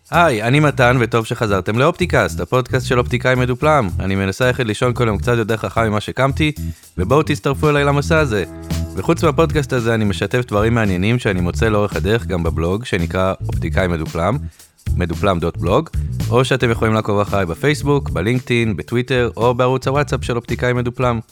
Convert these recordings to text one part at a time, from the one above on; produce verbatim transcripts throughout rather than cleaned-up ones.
היי, אני מתן, וטוב שחזרתם לאופטיקאסט, הפודקאסט של אופטיקאי מדופלם. אני מנסה ללכת לישון כל יום קצת יותר חכם ממה שקמתי, ובואו תצטרפו אליי למסע הזה. וחוץ מהפודקאסט הזה אני משתף דברים מעניינים שאני מוצא לאורך הדרך גם בבלוג, שנקרא אופטיקאי מדופלם, מדופלם דוט בלוג, או שאתם יכולים לעקוב אחריי בפייסבוק, בלינקדאין, בטוויטר, או בערוץ הוואטסאפ של אופטיקאי מדופלם.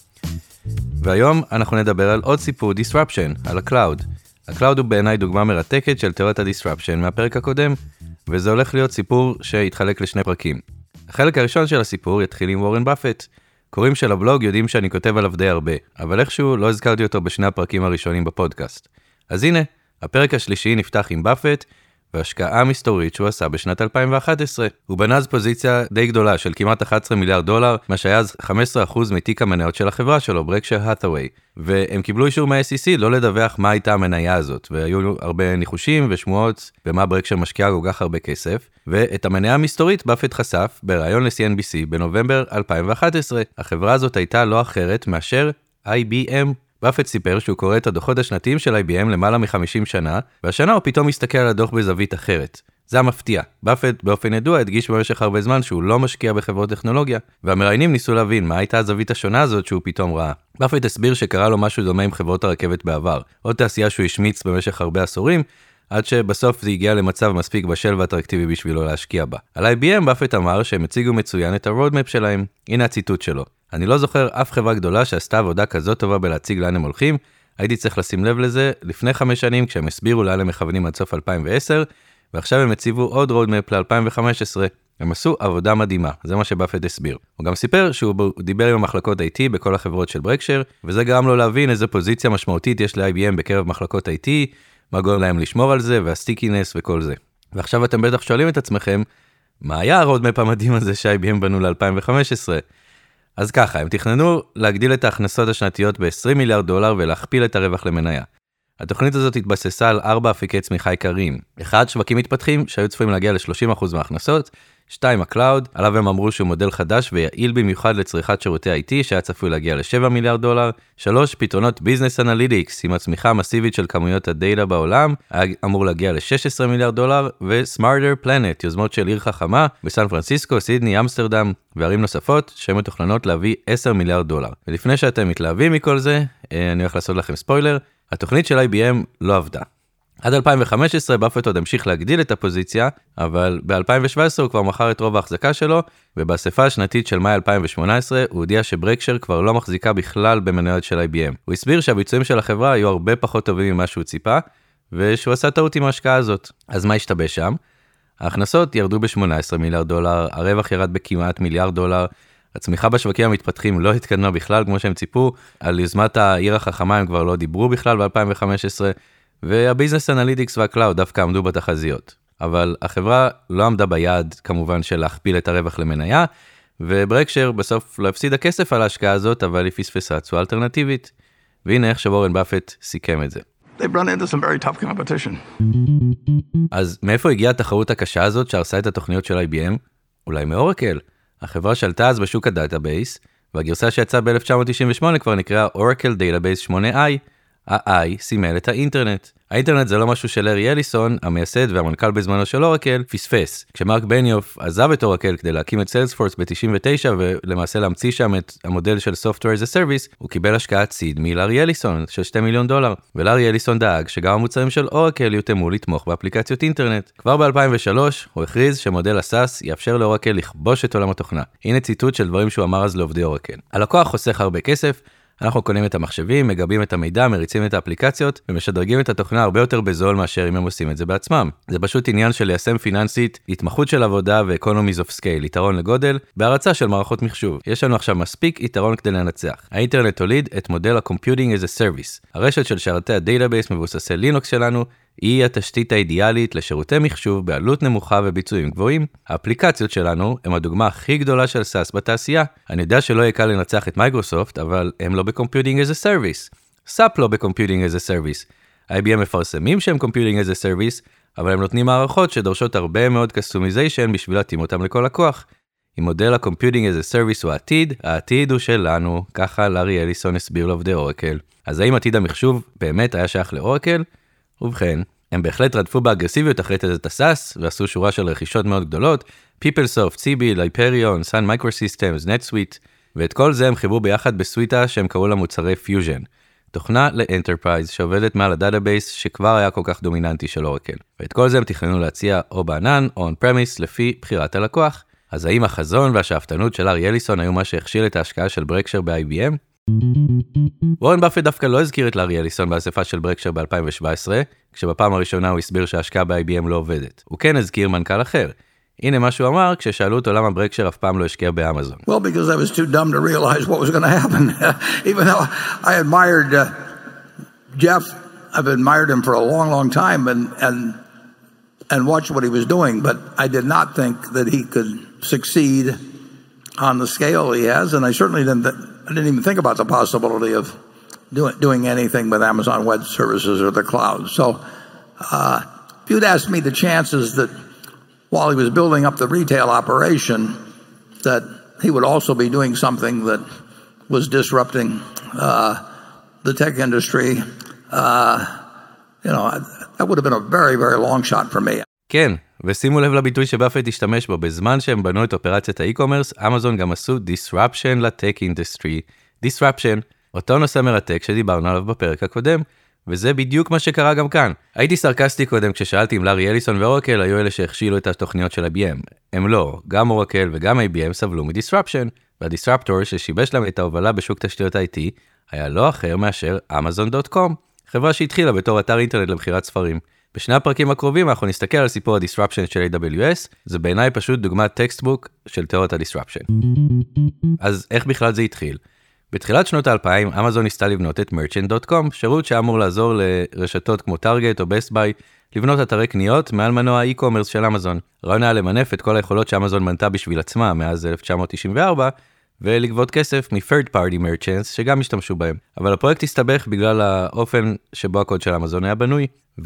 והיום אנחנו נדבר על עוד סיפור disruption, על הקלאוד. הקלאוד הוא בעיניי דוגמה מרתקת של תיאוריית ה-disruption מהפרק הקודם, וזה הולך להיות סיפור שהתחלק לשני פרקים. החלק הראשון של הסיפור יתחיל עם וורן באפט. קוראים של הבלוג יודעים שאני כותב עליו די הרבה, אבל איכשהו לא הזכרתי אותו בשני הפרקים הראשונים בפודקאסט. אז הנה, הפרק השלישי נפתח עם באפט, והשקעה מסתורית שהוא עשה בשנת אלפיים ואחת עשרה. הוא בנה אז פוזיציה די גדולה של כמעט אחד עשר מיליארד דולר, מה שהיה אז חמישה עשר אחוז מתיק המניות של החברה שלו, ברקשר האת'ווי. והם קיבלו אישור מה-אס אי סי לא לדווח מה הייתה המניה הזאת, והיו הרבה ניחושים ושמועות במה ברקשר משקיע כל כך הרבה כסף, ואת המניה המסתורית באפט חשף בראיון ל-סי אן בי סי בנובמבר אלפיים ואחת עשרה. החברה הזאת הייתה לא אחרת מאשר איי בי אם. באפט סיפר שהוא קורא את הדוחות השנתיים של איי בי אם למעלה מ-חמישים שנה, והשנה הוא פתאום מסתכל על הדוח בזווית אחרת. זה המפתיע. באפט באופן ידוע הדגיש במשך הרבה זמן שהוא לא משקיע בחברות טכנולוגיה, והמראיינים ניסו להבין מה הייתה הזווית השונה הזאת שהוא פתאום ראה. באפט הסביר שקרה לו משהו דומה עם חברות הרכבת בעבר, עוד תעשייה שהוא השמיץ במשך הרבה עשורים, עד שבסוף זה הגיע למצב מספיק בשל ואטרקטיבי בשבילו להשקיע בה. על איי בי אם באפט אמר שהם הציגו מצוין את הרודמפ שלהם. הנה הציטוט שלו. אני לא זוכר אף חברה גדולה שעשתה עבודה כזאת טובה בלהציג לאן הם הולכים. הייתי צריך לשים לב לזה לפני חמש שנים כשהם הסבירו לאן הם מכוונים עד סוף אלפיים ועשר, ועכשיו הם הציבו עוד רודמפ ל-אלפיים וחמש עשרה. הם עשו עבודה מדהימה, זה מה שבאפט הסביר. הוא גם סיפר שהוא דיבר עם המחלקות איי טי בכל החברות של ברקשר, וזה גרם לו להבין איזה פוזיציה משמעותית יש ל-איי בי אם בקרב מחלקות איי טי, מה גורם להם לשמור על זה, והסטיקינס וכל זה. ועכשיו אתם בטח שואלים את עצמכם, מה היה הרודמפ המדהים הזה ש-איי בי אם בנו ל-אלפיים וחמש עשרה? אז ככה, הם תכננו להגדיל את ההכנסות השנתיות ב-עשרים מיליארד דולר ולהכפיל את הרווח למניה. התוכנית הזאת התבססה על ארבע אפיקי צמיחה עיקריים. אחד, שווקים מתפתחים שהיו צפויים להגיע ל-שלושים אחוז מההכנסות. שתיים, הקלאוד, עליו הם אמרו שהוא מודל חדש ויעיל במיוחד לצריכת שירותי איי טי שהיה צפוי להגיע ל-שבעה מיליארד דולר. שלוש, פתרונות ביזנס אנליטיקס עם הצמיחה המסיבית של כמויות הדאטה בעולם, היה אמור להגיע ל-שש עשרה מיליארד דולר, ו-Smarter Planet, יוזמות של עיר חכמה בסן פרנסיסקו, סידני, אמסטרדם וערים נוספות שהן מתוכננות להביא עשרה מיליארד דולר. ולפני שאתם מתלהבים מכל זה, אני הולך לעשות לכם ספוילר, התוכנית של איי בי אם לא עבדה. עד אלפיים וחמש עשרה באפט עוד המשיך להגדיל את הפוזיציה, אבל ב-אלפיים ושבע עשרה הוא כבר מכר את רוב ההחזקה שלו, ובאספה השנתית של מאי אלפיים ושמונה עשרה הוא הודיע שברקשר כבר לא מחזיקה בכלל במניות של איי בי אם. הוא הסביר שהביצועים של החברה היו הרבה פחות טובים ממה שהוא ציפה, ושהוא עשה טעות עם ההשקעה הזאת. אז מה השתבש שם? ההכנסות ירדו ב-שמונה עשרה מיליארד דולר, הרווח ירד בכמעט מיליארד דולר, הצמיחה בשווקים המתפתחים לא התקדמה בכלל כמו שהם ציפו, על יוזמת העיר החכמה הם כבר לא דיברו בכלל ב-אלפיים וחמש עשרה, והביזנס אנליטיקס והקלאוד דווקא עמדו בתחזיות. אבל החברה לא עמדה ביעד כמובן של להכפיל את הרווח למניה, וברקשר בסוף לא הפסידה כסף על ההשקעה הזאת, אבל היא פספסה תשואה אלטרנטיבית. והנה איך שוורן באפט סיכם את זה. They've run into some very tough competition. אז מאיפה הגיעה התחרות הקשה הזאת שהרסה את התוכניות של איי בי אם? אולי מאורקל. החברה שלטה אז בשוק הדאטאבייס, והגרסה שיצאה ב-אלף תשע מאות תשעים ושמונה כבר נקרא Oracle Database שמונה איי. ה-I סימל את האינטרנט. האינטרנט זה לא משהו של לארי אליסון, המייסד והמנכ"ל בזמנו של אורקל, פספס. כשמרק בניוף עזב את אורקל כדי להקים את סיילספורס ב-תשעים ותשע, ולמעשה להמציא שם את המודל של Software as a Service, הוא קיבל השקעת סיד מלארי אליסון של שני מיליון דולר. ולארי אליסון דאג שגם המוצרים של אורקל יותאמו לתמוך באפליקציות אינטרנט. כבר ב-אלפיים ושלוש הוא הכריז שמודל הסאס יאפשר לאורקל לכבוש את עולם התוכנה. הנה ציטוט של דברים שהוא אמר אז לעובדי אורקל. הלקוח חוסך הרבה כסף, אנחנו קונים את המחשבים, מגבים את המידע, מריצים את האפליקציות, ומשדרגים את התוכנה הרבה יותר בזול מאשר אם הם עושים את זה בעצמם. זה פשוט עניין של ליישם פיננסית, התמחות של עבודה ו-economies of scale, יתרון לגודל, בהרצה של מערכות מחשוב. יש לנו עכשיו מספיק יתרון כדי לנצח. האינטרנט הוליד את מודל ה-Computing as a Service. הרשת של שרתי הדאטאבייס מבוססי לינוקס שלנו, היא התשתית האידיאלית לשירותי מחשוב בעלות נמוכה וביצועים גבוהים. האפליקציות שלנו הם הדוגמה הכי גדולה של סאס בתעשייה. אני יודע שלא יהיה קל לנצח את מייקרוסופט, אבל הם לא ב-Computing as a Service. סאפ לא ב-Computing as a Service. איי בי אם מפרסמים שהם Computing as a Service, אבל הם נותנים מערכות שדורשות הרבה מאוד customization בשביל להתאים אותם לכל לקוח. עם מודל ה-Computing as a Service הוא העתיד, העתיד הוא שלנו, ככה לארי אליסון הסביר לעובדי אורקל. אז האם עתיד המחשוב באמת היה שייך לאורקל? ובכן, הם בהחלט רדפו באגרסיביות אחרי תזת הסאס, ועשו שורה של רכישות מאוד גדולות, PeopleSoft, סיביל, Hyperion, Sun Microsystems, NetSuite, ואת כל זה הם חיברו ביחד בסוויטה שהם קראו לה מוצרי Fusion. תוכנה לאנטרפרייז שעובדת מעל הדאטאבייס שכבר היה כל כך דומיננטי של אורקל. ואת כל זה הם תכננו להציע או בענן או on-premise לפי בחירת הלקוח. אז האם החזון והשאפתנות של ארי אליסון היו מה שהכשיל את ההשקעה של ברקשר ב-איי בי אם? וורן באפט דווקא לא הזכיר את לארי אליסון באספה של ברקשר ב-אלפיים שבע עשרה, כשבפעם הראשונה הוא הסביר שההשקעה ב-איי בי אם לא עובדת. הוא כן הזכיר מנכ"ל אחר. הנה מה שהוא אמר כששאלו אותו למה ברקשר אף פעם לא השקיע באמזון. Well, because I was too dumb to realize what was going to happen. Even though I admired uh, Jeff, I've admired him for a long, long time and and and watched what he was doing, but I did not think that he could succeed on the scale he has, and I certainly didn't th- I didn't even think about the possibility of doing doing anything with Amazon Web Services or the cloud. So, uh, if you'd asked me the chances that while he was building up the retail operation, that he would also be doing something that was disrupting uh, the tech industry, uh, you know, that would have been a very, very long shot for me. כן, ושימו לב לביטוי שבאפט השתמש בו, בזמן שהם בנו את אופרציית האי-קומרס, אמזון גם עשו disruption לטק אינדסטרי. disruption, אותו נושא מרתק שדיברנו עליו בפרק הקודם, וזה בדיוק מה שקרה גם כאן. הייתי סרקסטי קודם כששאלתי אם לארי אליסון ואורקל היו אלה שהכשילו את התוכניות של איי בי אם. הם לא, גם אורקל וגם איי בי אם סבלו מדיסרפשן, והדיסרפטור ששיבש להם את ההובלה בשוק תשתיות איי טי, היה לא אחר מאשר אמזון דוט קום, חברה שהתחילה בתור אתר אינטרנט למכירת ספרים. בשני הפרקים הקרובים אנחנו נסתכל על סיפור הדיסרפשן של איי דאבליו אס, זה בעיניי פשוט דוגמת טקסטבוק של תיאוריית הדיסרפשן. אז איך בכלל זה התחיל? בתחילת שנות האלפיים, אמזון ניסתה לבנות את מרצ'נט דוט קום, שירות שאמור לעזור לרשתות כמו טארגט או בסט ביי, לבנות אתרי קניות מעל מנוע האי-קומרס של אמזון. רעיון היה למנף את כל היכולות שאמזון מנתה בשביל עצמה מאז אלף תשע מאות תשעים וארבע, ולגבות כסף מ-third party merchants שגם השתמשו בהם. אבל הפרויקט הסתבך בגלל האופן שבו הקוד של אמזון היה בנוי,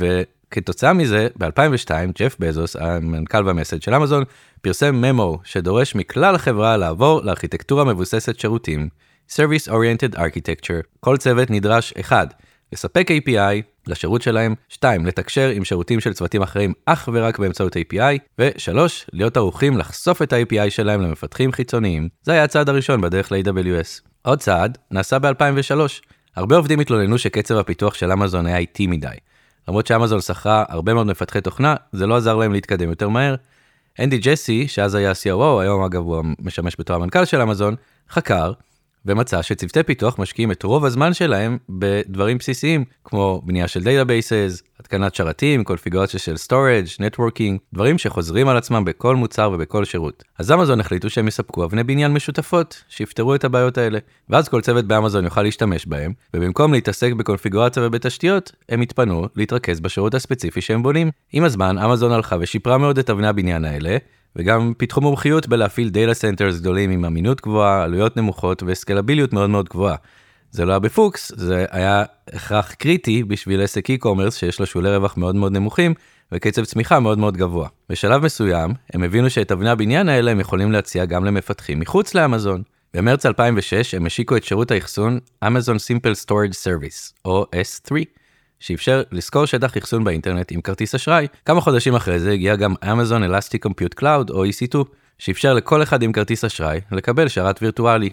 וכתוצאה מזה, ב-אלפיים ושתיים, ג'ף בזוס, המנכ"ל והמייסד של אמזון, פרסם ממו שדורש מכלל החברה לעבור לארכיטקטורה מבוססת שירותים, Service Oriented Architecture. כל צוות נדרש אחד, לספק איי פי איי לשירות שלהם, שתיים, לתקשר עם שירותים של צוותים אחרים אך ורק באמצעות איי פי איי, ושלוש, להיות ערוכים לחשוף את ה-איי פי איי שלהם למפתחים חיצוניים. זה היה הצעד הראשון בדרך ל-איי דאבליו אס. עוד צעד נעשה ב-אלפיים ושלוש. הרבה עובדים התלוננו שקצב הפיתוח של אמזון היה איטי מדי. למרות שאמזון שכרה הרבה מאוד מפתחי תוכנה, זה לא עזר להם להתקדם יותר מהר. אנדי ג'סי, שאז היה סי או או, היום אגב הוא משמש בתור המנכ"ל של אמזון, חקר ומצא שצוותי פיתוח משקיעים את רוב הזמן שלהם בדברים בסיסיים, כמו בנייה של דאטאבייסס, התקנת שרתים, קונפיגורציה של סטורג', נטוורקינג, דברים שחוזרים על עצמם בכל מוצר ובכל שירות. אז אמזון החליטו שהם יספקו אבני בניין משותפות, שיפתרו את הבעיות האלה, ואז כל צוות באמזון יוכל להשתמש בהם, ובמקום להתעסק בקונפיגורציה ובתשתיות, הם יתפנו להתרכז בשירות הספציפי שהם בונים. עם הזמן, אמזון הלכה ושיפרה מאוד את אבני הבניין האלה, וגם פיתחו מומחיות בלהפעיל דאטה סנטרס גדולים עם אמינות גבוהה, עלויות נמוכות וסקלביליות מאוד מאוד גבוהה. זה לא היה בפוקס, זה היה הכרח קריטי בשביל עסק e-commerce שיש לו שולי רווח מאוד מאוד נמוכים וקצב צמיחה מאוד מאוד גבוה. בשלב מסוים, הם הבינו שאת אבני הבניין האלה הם יכולים להציע גם למפתחים מחוץ לאמזון. במרץ אלפיים ושש הם השיקו את שירות האחסון Amazon Simple Storage Service, או אס תרי. שאפשר לזכור שטח אחסון באינטרנט עם כרטיס אשראי. כמה חודשים אחרי זה הגיע גם Amazon Elastic Compute Cloud או אי סי טו, שאפשר לכל אחד עם כרטיס אשראי לקבל שרת וירטואלי.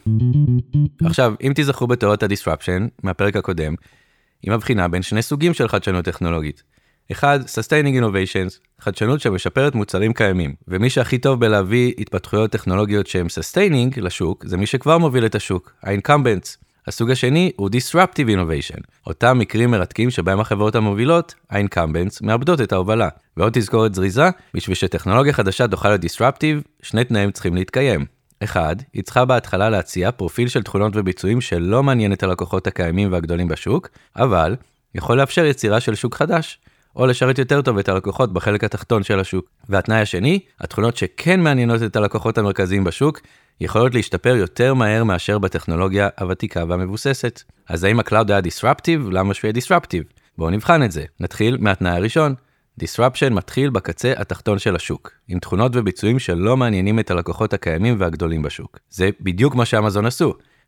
עכשיו, אם תזכרו בתיאוריית הדיסרפשן מהפרק הקודם, היא מבחינה בין שני סוגים של חדשנות טכנולוגית. אחד, Sustaining Innovations, חדשנות שמשפרת מוצרים קיימים, ומי שהכי טוב בלהביא התפתחויות טכנולוגיות שהם Sustaining לשוק, זה מי שכבר מוביל את השוק, ה-Incumbents. הסוג השני הוא Disruptive Innovation, אותם מקרים מרתקים שבהם החברות המובילות, ה-Incumbents, מאבדות את ההובלה. ועוד תזכורת זריזה, בשביל שטכנולוגיה חדשה תוכל להיות Disruptive, שני תנאים צריכים להתקיים. אחד, היא צריכה בהתחלה להציע פרופיל של תכונות וביצועים שלא מעניין את הלקוחות הקיימים והגדולים בשוק, אבל יכול לאפשר יצירה של שוק חדש, או לשרת יותר טוב את הלקוחות בחלק התחתון של השוק. והתנאי השני, התכונות שכן מעניינות את הלקוחות המרכזיים בשוק, יכולות להשתפר יותר מהר מאשר בטכנולוגיה הוותיקה והמבוססת. אז האם הקלאוד היה disruptive? למה שהוא יהיה disruptive? בואו נבחן את זה. נתחיל מהתנאי הראשון. Disruption מתחיל בקצה התחתון של השוק, עם תכונות וביצועים שלא מעניינים את הלקוחות הקיימים והגדולים בשוק. זה בדיוק מה שאמזון עשו.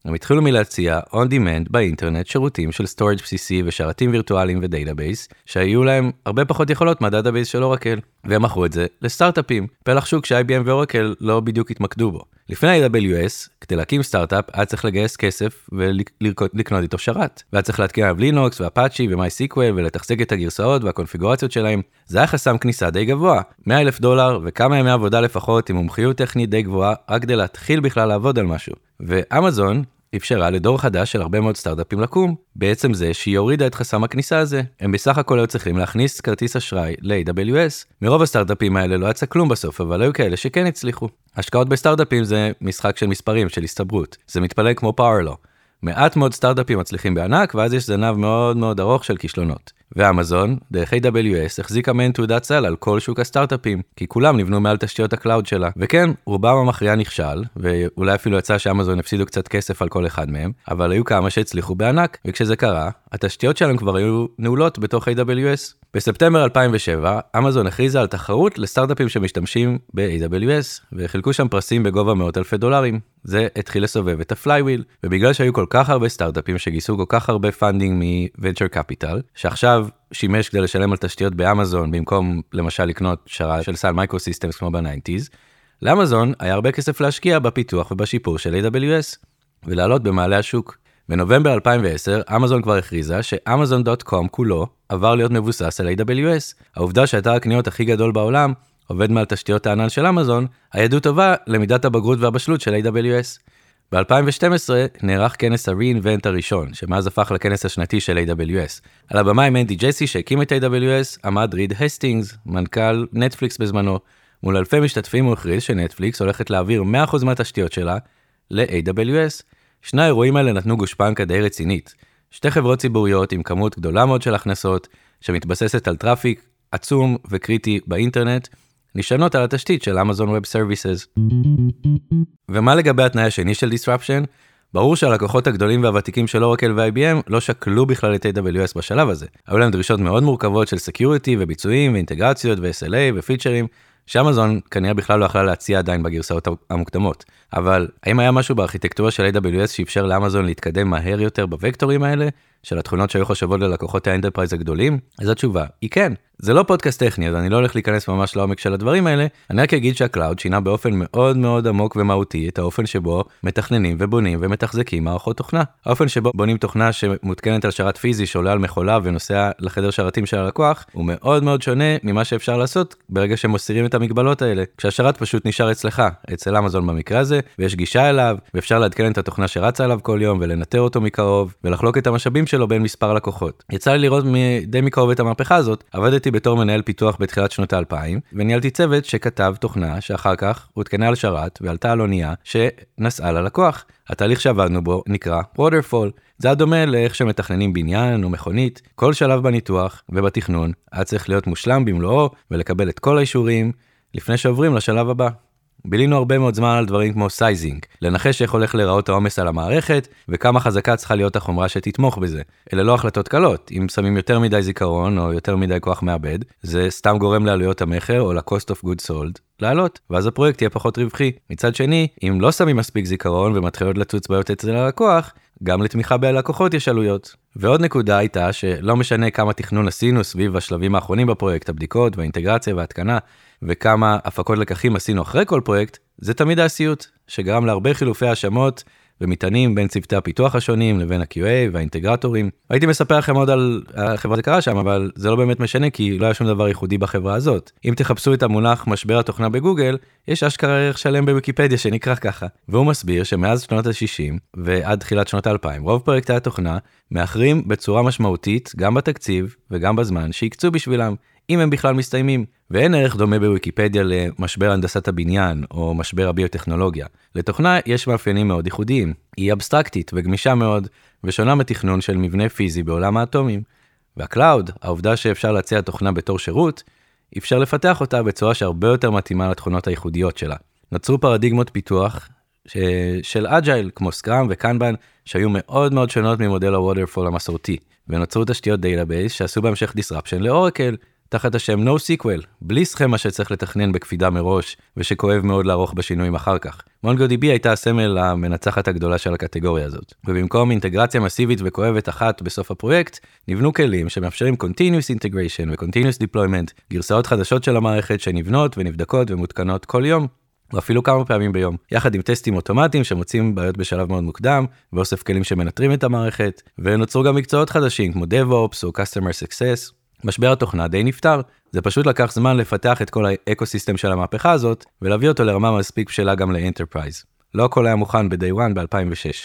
הם התחילו מלהציע on demand באינטרנט שירותים של storage בסיסי ושרתים וירטואליים ודאטאבייס, שהיו להם הרבה פחות יכולות מהדאטאבייס של אורקל, והם מכרו את זה לסטארט-אפים, פלח שוק ש-איי בי אם ואורקל לא בדיוק התמקדו בו. לפני ה-איי דאבליו אס, כדי להקים סטארט-אפ, היה צריך לגייס כסף ולקנות איתו שרת. והיה צריך להתקין עליו לינוקס ואפאצ'י ומייסיקוול ולתחזק את הגרסאות והקונפיגורציות שלהם. זה היה חסם כניסה די גבוה, מאה אלף דולר וכמה ימי עבודה לפחות עם מומחיות טכנית די גבוהה, רק כדי להתחיל בכלל לעבוד על משהו. ואמזון אפשרה לדור חדש של הרבה מאוד סטארט-אפים לקום, בעצם זה שהיא הורידה את חסם הכניסה הזה. הם בסך הכל היו צריכים להכניס כרטיס אשראי ל-איי דאבליו אס. מרוב הסטארט-אפים האלה לא יצא כלום בסוף, אבל היו כאלה שכן הצליחו. השקעות בסטארט-אפים זה משחק של מספרים, של הסתברות. זה מתפלג כמו פאוורלו. מעט מאוד סטארט-אפים מצליחים בענק, ואז יש זנב מאוד מאוד ארוך של כישלונות. ואמזון, דרך איי דאבליו אס, החזיקה מעין תעודת סל על כל שוק הסטארט-אפים, כי כולם נבנו מעל תשתיות הקלאוד שלה. וכן, רובם המכריע נכשל, ואולי אפילו יצא שאמזון הפסידו קצת כסף על כל אחד מהם, אבל היו כמה שהצליחו בענק, וכשזה קרה, התשתיות שלהם כבר היו נעולות בתוך איי דאבליו אס. בספטמבר אלפיים ושבע, אמזון הכריזה על תחרות לסטארט-אפים שמשתמשים ב-איי דאבליו אס, וחילקו שם פרסים בגובה מאות אלפי דולרים. זה התחיל לסובב את הפלייוויל, ובגלל שהיו כל כך הרבה סטארט-אפים שגייסו כל כך הרבה פנדינג מ-Venture Capital, שעכשיו שימש כדי לשלם על תשתיות באמזון, במקום למשל לקנות שרת של סל מייקרוסיסטמס כמו ב-תשעים, לאמזון היה הרבה כסף להשקיע בפיתוח ובשיפור של איי דאבליו אס, ולעלות במעלה השוק. בנובמבר אלפיים ועשר, אמזון כבר הכריזה שאמזון דוט קום כולו עבר להיות מבוסס על איי דאבליו אס. העובדה שאתר הקניות הכי גדול בעולם עובד מעל תשתיות הענן של אמזון, העדות טובה למידת הבגרות והבשלות של איי דאבליו אס. ב-אלפיים ושתים עשרה נערך כנס ה-Reinvent הראשון, שמאז הפך לכנס השנתי של איי דאבליו אס. על הבמה עם אנדי ג'סי שהקים את איי דאבליו אס, עמד ריד הסטינגס, מנכ"ל נטפליקס בזמנו, מול אלפי משתתפים הוא הכריז שנטפליקס הולכת להעביר מאה אחוז מהתשתיות שלה ל-איי דאבליו אס. שני האירועים האלה נתנו גושפנקה די רצינית. שתי חברות ציבוריות עם כמות גדולה מאוד של הכנסות, שמתבססת על טראפיק עצום וקריטי באינטרנט, נשענות על התשתית של Amazon Web Services. ומה לגבי התנאי השני של Disruption? ברור שהלקוחות הגדולים והוותיקים של אורקל ו-איי בי אם לא שקלו בכלל את איי דאבליו אס בשלב הזה. היו להם דרישות מאוד מורכבות של Security וביצועים ואינטגרציות ו-אס אל איי ופיצ'רים, שאמזון כנראה בכלל לא יכלה להציע עדיין בגרסאות המוקדמות. אבל האם היה משהו בארכיטקטורה של איי דאבליו אס שאפשר לאמזון להתקדם מהר יותר בווקטורים האלה, של התכונות שהיו חושבות ללקוחות האנטרפרייז הגדולים? אז התשובה היא כן. זה לא פודקאסט טכני, אז אני לא הולך להיכנס ממש לעומק של הדברים האלה, אני רק אגיד שהקלאוד שינה באופן מאוד מאוד עמוק ומהותי את האופן שבו מתכננים ובונים ומתחזקים מערכות תוכנה. האופן שבו בונים תוכנה שמותקנת על שרת פיזי שעולה על מכולה ונוסע לחדר שרתים של הלקוח, הוא מאוד מאוד שונה ממה שאפשר לעשות ברגע שמוסירים את המגבלות האלה, כשהשרת פשוט נשאר אצלך, אצל אמזון במקרה הזה, ויש גישה אליו, ואפשר לעדכן את התוכנה שרצה עליו כל יום ולנטר אותו מקרוב, ולחלוק את המשאבים שלו בין מספר לקוחות. יצא לי לראות די מקרוב את המהפכה הזאת. עבדתי בתור מנהל פיתוח בתחילת שנות האלפיים, וניהלתי צוות שכתב תוכנה שאחר כך הותקנה על שרת ועלתה על אונייה שנסעה ללקוח. התהליך שעבדנו בו נקרא Waterfall. זה היה דומה לאיך שמתכננים בניין או מכונית. כל שלב בניתוח ובתכנון היה צריך להיות מושלם במלואו ולקבל את כל האישורים לפני שעוברים לשלב הבא. בילינו הרבה מאוד זמן על דברים כמו סייזינג, לנחש איך הולך לראות העומס על המערכת, וכמה חזקה צריכה להיות החומרה שתתמוך בזה. אלה לא החלטות קלות. אם שמים יותר מדי זיכרון או יותר מדי כוח מעבד, זה סתם גורם לעלויות המחר או ל-cost of goods sold לעלות, ואז הפרויקט יהיה פחות רווחי. מצד שני, אם לא שמים מספיק זיכרון ומתחילות לצוץ בעיות אצל הלקוח, גם לתמיכה בלקוחות יש עלויות. ועוד נקודה הייתה שלא משנה כמה תכנון עשינו סביב השלבים האחרונים בפרויקט, הבדיקות והאינטגרציה וההתקנה, וכמה הפקות לקחים עשינו אחרי כל פרויקט, זה תמיד הסיוט, שגרם להרבה חילופי האשמות ומטענים בין צוותי הפיתוח השונים לבין ה-קיו איי והאינטגרטורים. הייתי מספר לכם עוד על החברה שקרה שם, אבל זה לא באמת משנה, כי לא היה שום דבר ייחודי בחברה הזאת. אם תחפשו את המונח משבר התוכנה בגוגל, יש אשכרה ערך שלם בוויקיפדיה שנקרא ככה. והוא מסביר שמאז שנות ה-שישים ועד תחילת שנות ה-אלפיים, רוב פרויקטי התוכנה מאחרים בצורה משמעותית, גם בתקציב וגם בזמן שיקצו בשבילם, אם הם בכלל מסתיימים. ואין ערך דומה בוויקיפדיה למשבר הנדסת הבניין או משבר הביוטכנולוגיה. לתוכנה יש מאפיינים מאוד ייחודיים. היא אבסטרקטית וגמישה מאוד, ושונה מתכנון של מבנה פיזי בעולם האטומים. והקלאוד, העובדה שאפשר להציע תוכנה בתור שירות, אפשר לפתח אותה בצורה שהרבה יותר מתאימה לתכונות הייחודיות שלה. נוצרו פרדיגמות פיתוח ש... של אג'ייל, כמו סקראם וקנבן, שהיו מאוד מאוד שונות ממודל הווטרפול המסורתי, ונוצרו תשתיות דאטאבייס שעשו בהמשך דיסרפשן לאורקל, תחת השם NoSQL, בלי סכמה שצריך לתכנן בקפידה מראש, ושכואב מאוד לערוך בשינויים אחר כך. MongoDB הייתה הסמל המנצחת הגדולה של הקטגוריה הזאת. ובמקום אינטגרציה מסיבית וכואבת אחת בסוף הפרויקט, נבנו כלים שמאפשרים Continuous Integration ו-Continuous Deployment, גרסאות חדשות של המערכת שנבנות ונבדקות ומותקנות כל יום, ואפילו כמה פעמים ביום, יחד עם טסטים אוטומטיים שמוצאים בעיות בשלב מאוד מוקדם, ואוסף כלים שמנטרים את המערכת, ונוצרו גם מקצועות חדשים כמו DevOps או Customer Success. משבר התוכנה די נפטר, זה פשוט לקח זמן לפתח את כל האקוסיסטם של המהפכה הזאת, ולהביא אותו לרמה מספיק בשלה גם לאנטרפרייז. לא הכל היה מוכן ב-Day one ב-אלפיים ושש.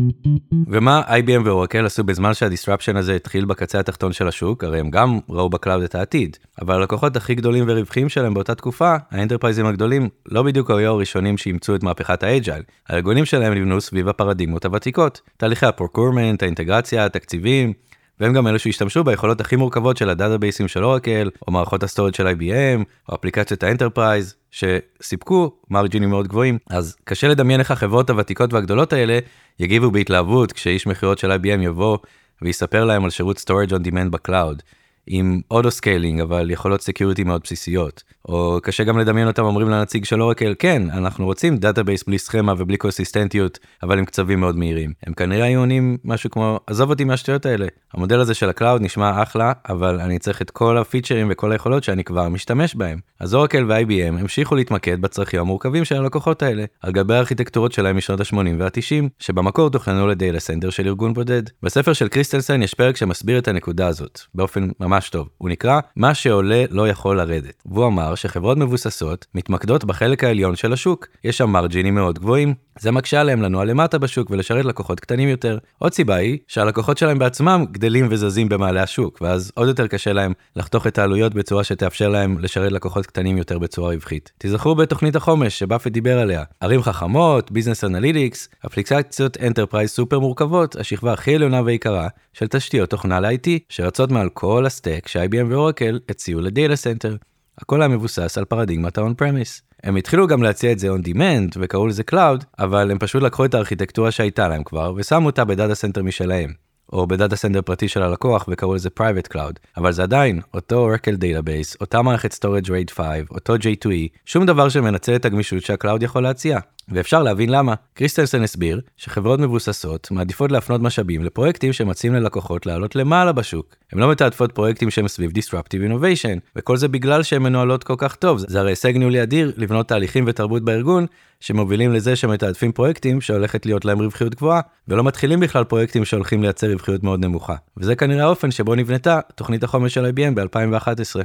ומה איי בי אם ואורקל עשו בזמן שהדיסטרפשן הזה התחיל בקצה התחתון של השוק? הרי הם גם ראו בקלאוד את העתיד. אבל הלקוחות הכי גדולים ורווחיים שלהם באותה תקופה, האנטרפרייזים הגדולים, לא בדיוק היו הראשונים שימצאו את מהפכת האג'ייל. הארגונים שלהם נבנו סביב הפרדיגמות הוותיקות. תהליכי הפרוקורמנט, האינטגרציה, התקציבים, והם גם אלו שהשתמשו ביכולות הכי מורכבות של הדאטאבייסים של אורקל, או מערכות הסטורג' של איי בי אם, או אפליקציות האנטרפרייז, שסיפקו מרג'ינים מאוד גבוהים. אז קשה לדמיין איך החברות הוותיקות והגדולות האלה יגיבו בהתלהבות כשאיש מחירות של איי בי אם יבוא ויספר להם על שירות storage on demand בקלאוד, עם אוטו-סקיילינג, אבל יכולות סקיוריטי מאוד בסיסיות. או קשה גם לדמיין אותם אומרים לנציג של אורקל, כן, אנחנו רוצים דאטאבייס בלי סכמה ובלי קונסיסטנטיות, אבל עם קצבים מאוד מהירים. הם כנראה היו עונים משהו כמו, עזוב אותי מהשטויות האלה. המודל הזה של הקלאוד נשמע אחלה, אבל אני צריך את כל הפיצ'רים וכל היכולות שאני כבר משתמש בהם. אז אורקל ו-איי בי אם המשיכו להתמקד בצרכים המורכבים של הלקוחות האלה, על גבי הארכיטקטורות שלהם משנות ה-שמונים וה-תשעים, שבמקור תוכננו לדאטה סנטר של ארגון בודד. בספר של קריסטנסן יש פרק שמסביר את הנקודה הזאת, באופן ממש טוב. הוא נקרא מה שעולה לא יכול לרדת. והוא אמר שחברות מבוססות מתמקדות בחלק העליון של השוק. יש שם מרג'ינים מאוד גבוהים. זה מקשה עליהם לנוע למטה בשוק ולשרת לקוחות קטנים יותר. עוד סיבה היא שהלקוחות שלהם בעצמם גדלים וזזים במעלה השוק, ואז עוד יותר קשה להם לחתוך את העלויות בצורה שתאפשר להם לשרת לקוחות קטנים יותר בצורה רווחית. תזכרו בתוכנית החומש שבאפט דיבר עליה. ערים חכמות, ביזנס אנליטיקס, אפליקציות אנטרפרייז סופר מורכבות, השכבה הכי עליונה ויקרה של תשתיות תוכנה ל-איי טי, שרצות מעל כל הסטק ש-איי בי אם ואורקל הציעו לדאטה סנטר. הכל היה מבוסס על פרדיגמת ה-on-premise. הם התחילו גם להציע את זה on demand וקראו לזה cloud, אבל הם פשוט לקחו את הארכיטקטורה שהייתה להם כבר ושמו אותה בדאטה סנטר משלהם, או בדאטה סנטר פרטי של הלקוח וקראו לזה private cloud. אבל זה עדיין אותו Oracle Database, אותה מערכת storage RAID חמש, אותו ג'יי טו אי, שום דבר שמנצל את הגמישות שהקלאוד יכול להציע. ואפשר להבין למה. קריסטנסן הסביר שחברות מבוססות מעדיפות להפנות משאבים לפרויקטים שמציעים ללקוחות לעלות למעלה בשוק. הם לא מתעדפות פרויקטים שהם סביב disruptive innovation, וכל זה בגלל שהן מנוהלות כל כך טוב. זה הרי הישג ניהולי אדיר לבנות תהליכים ותרבות בארגון שמובילים לזה שמתעדפים פרויקטים שהולכת להיות להם רווחיות גבוהה, ולא מתחילים בכלל פרויקטים שהולכים לייצר רווחיות מאוד נמוכה. וזה כנראה האופן שבו נבנתה תוכנית החומש של איי בי אם ב-אלפיים ואחת עשרה.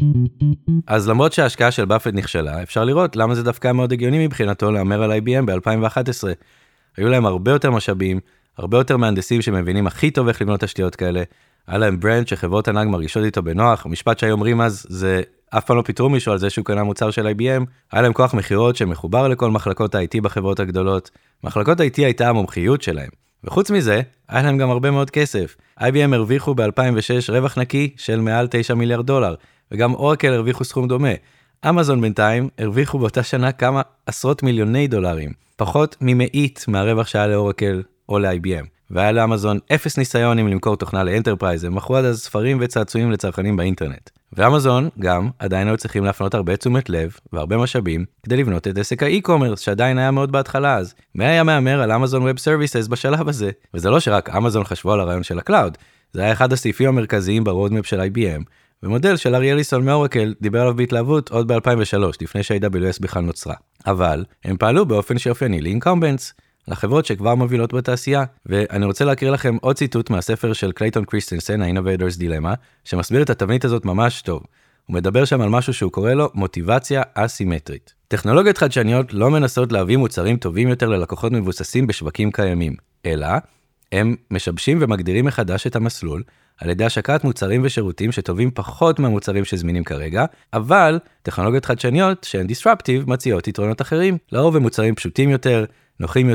אז למרות שההשקעה של באפט נכשלה, אפשר לראות למה זה דווקא מאוד הגיוני מבחינתו לאמר על איי בי אם ב-אלפיים ואחת עשרה. היו להם הרבה יותר משאבים, הרבה יותר מהנדסים שמבינים הכי טוב איך לבנות תשתיות כאלה. היה להם ברנד שחברות ענק מרגישות איתו בנוח. המשפט שהיום אומרים אז זה אף פעם לא פיטרו מישהו על זה שהוא קנה מוצר של איי בי אם. היה להם כוח מחירות שמחובר לכל מחלקות ה-איי טי בחברות הגדולות. מחלקות ה-איי טי הייתה המומחיות שלהם. וחוץ מזה, היה להם גם הרבה מאוד כסף. איי בי אם הרוויחו ב-אלפיים ושש רווח נקי של מעל תשעה מיליארד דולר, וגם אורקל הרוויחו סכום דומה. אמזון בינתיים הרוויחו באותה שנה כמה עשרות מיליוני דולרים, פחות ממאית מהרווח שהיה לאורקל או ל-איי בי אם. והיה לאמזון אפס ניסיונים למכור תוכנה לאנטרפרייז, הם מכרו עד אז ספרים וצעצועים לצרכנים באינטרנט. ואמזון גם עדיין היו צריכים להפנות הרבה תשומת לב והרבה משאבים כדי לבנות את עסק האי-קומרס שעדיין היה מאוד בהתחלה אז. מה היה מאמר על אמזון ווב סרוויסס בשלב הזה? וזה לא שרק אמזון חשבו על הרעיון של הקלאוד, זה היה אחד הסעיפים המרכזיים ברודמפ של איי בי אם, ומודל של ארי אליסון מאורקל דיבר עליו בהתלהבות עוד ב-אלפיים ושלוש, לפני ש-איי דאבליו אס בכלל נוצרה. אבל הם פעלו באופן שאופייני לאינקומבנטס, לחברות שכבר מובילות בתעשייה, ואני רוצה להקריא לכם עוד ציטוט מהספר של קלייטון קריסטנסן, ה-Innovator's Dilemma, שמסביר את התבנית הזאת ממש טוב. הוא מדבר שם על משהו שהוא קורא לו מוטיבציה אסימטרית. טכנולוגיות חדשניות לא מנסות להביא מוצרים טובים יותר ללקוחות מבוססים בשווקים קיימים, אלא הם משבשים ומגדירים מחדש את המסלול, על ידי השקת מוצרים ושירותים שטובים פחות מהמוצרים שזמינים כרגע, אבל טכנולוגיות חדשניות שהן disruptive מציעות יתרונות אחרים, לרוב הם מוצרים פשוטים יותר, נוחים יותר,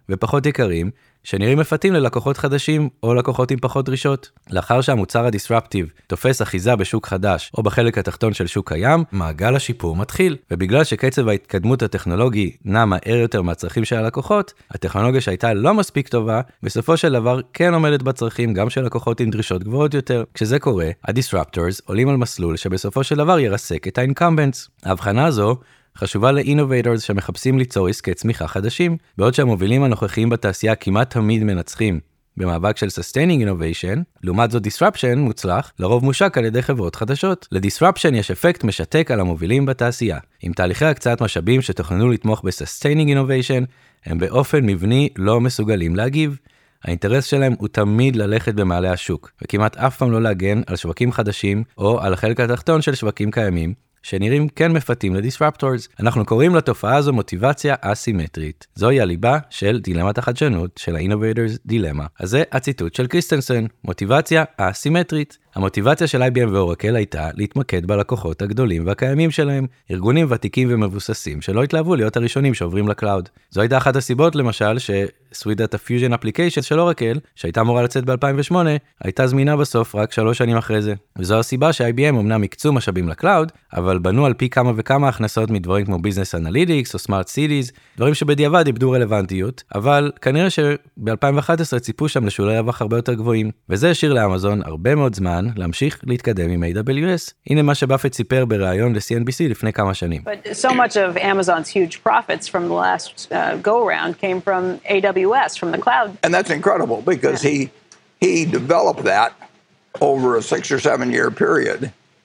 ופחות יקרים, שנראים מפתים ללקוחות חדשים או לקוחות עם פחות דרישות. לאחר שהמוצר הדיסרפטיב תופס אחיזה בשוק חדש או בחלק התחתון של שוק קיים, מעגל השיפור מתחיל. ובגלל שקצב ההתקדמות הטכנולוגי נע מהר יותר מהצרכים של הלקוחות, הטכנולוגיה שהייתה לא מספיק טובה, בסופו של דבר כן עומדת בצרכים גם של לקוחות עם דרישות גבוהות יותר. כשזה קורה, הדיסרפטורס עולים על מסלול שבסופו של דבר ירסק את האינקמבנטס. ההבחנה הזו חשובה לאינובייטורס שמחפשים ליצור עסקי צמיחה חדשים, בעוד שהמובילים הנוכחיים בתעשייה כמעט תמיד מנצחים במאבק של Sustaining Innovation, לעומת זאת Disruption מוצלח, לרוב מושק על ידי חברות חדשות. ל-Disruption יש אפקט משתק על המובילים בתעשייה. עם תהליכי הקצאת משאבים שתוכננו לתמוך ב-Sustaining Innovation, הם באופן מבני לא מסוגלים להגיב. האינטרס שלהם הוא תמיד ללכת במעלה השוק, וכמעט אף פעם לא להגן על שווקים חדשים או על החלק התחתון של שווקים קיימים, שנראים כן מפתים לדיסרפטורס. אנחנו קוראים לתופעה הזו מוטיבציה אסימטרית. זוהי הליבה של דילמת החדשנות, של ה-Innovators דילמה. אז זה הציטוט של קריסטנסן, מוטיבציה אסימטרית. המוטיבציה של איי בי אם ואורקל הייתה להתמקד בלקוחות הגדולים והקיימים שלהם, ארגונים ותיקים ומבוססים שלא התלהבו להיות הראשונים שעוברים לקלאוד. זו הייתה אחת הסיבות למשל שסווידת הפיוז'ן אפליקיישן של אורקל, שהייתה אמורה לצאת ב-אלפיים ושמונה, הייתה זמינה בסוף רק שלוש שנים אחרי זה. וזו הסיבה ש-איי בי אם אמנם הקצו משאבים לקלאוד, אבל בנו על פי כמה וכמה הכנסות מדברים כמו ביזנס אנליטיקס או סמארט סיטיז, דברים שבדיעבד איבדו רלוונטיות, אבל כנראה שב-אלפיים ואחת עשרה ציפו שם לשולי רווח הרבה יותר גבוהים. וזה השאיר לאמזון הרבה מאוד זמן להמשיך להתקדם עם איי דאבליו אס. הנה מה שבאפט סיפר בראיון ל-סי אן בי סי לפני כמה שנים. But so much of Amazon's huge profits from the last uh, go-around came from A W S, from the cloud. And that's incredible because he he developed that over a six or seven year period,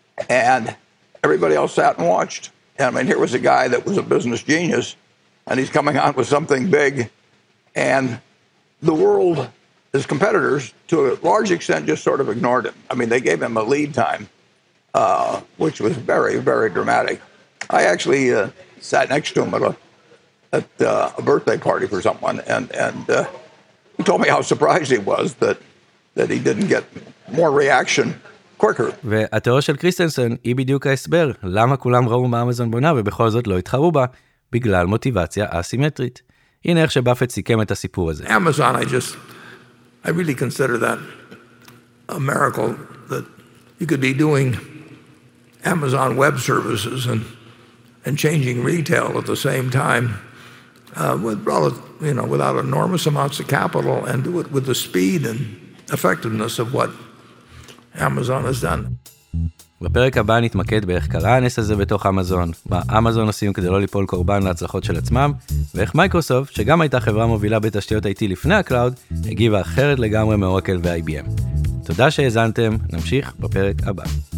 and everybody else sat and watched. And I mean, here was a guy that was a business genius, and he's coming out with something big, and the world, his competitors, to a large extent, just sort of ignored him. I mean, they gave him a lead time, uh, which was very, very dramatic. I actually uh, sat next to him at a at uh, a birthday party for someone, and and uh, he told me how surprised he was that that he didn't get more reaction quicker. והתיאוריה של קריסטנסן היא בדיוק ההסבר למה כולם ראו מה אמזון בונה ובכל זאת לא התחרו בה, בגלל מוטיבציה אסימטרית. הנה איך שבאפט סיכם את הסיפור הזה. Amazon, I just, I really consider that a miracle that you could be doing Amazon Web Services and and changing retail at the same time uh, with, you know, without enormous amounts of capital and do it with the speed and effectiveness of what Amazon has done. בפרק הבא נתמקד באיך קרה הנס הזה בתוך אמזון, מה אמזון עושים כדי לא ליפול קורבן להצלחות של עצמם, ואיך מייקרוסופט, שגם הייתה חברה מובילה בתשתיות איי טי לפני הקלאוד, הגיבה אחרת לגמרי מאורקל ו-איי בי אם. תודה שהאזנתם, נמשיך בפרק הבא.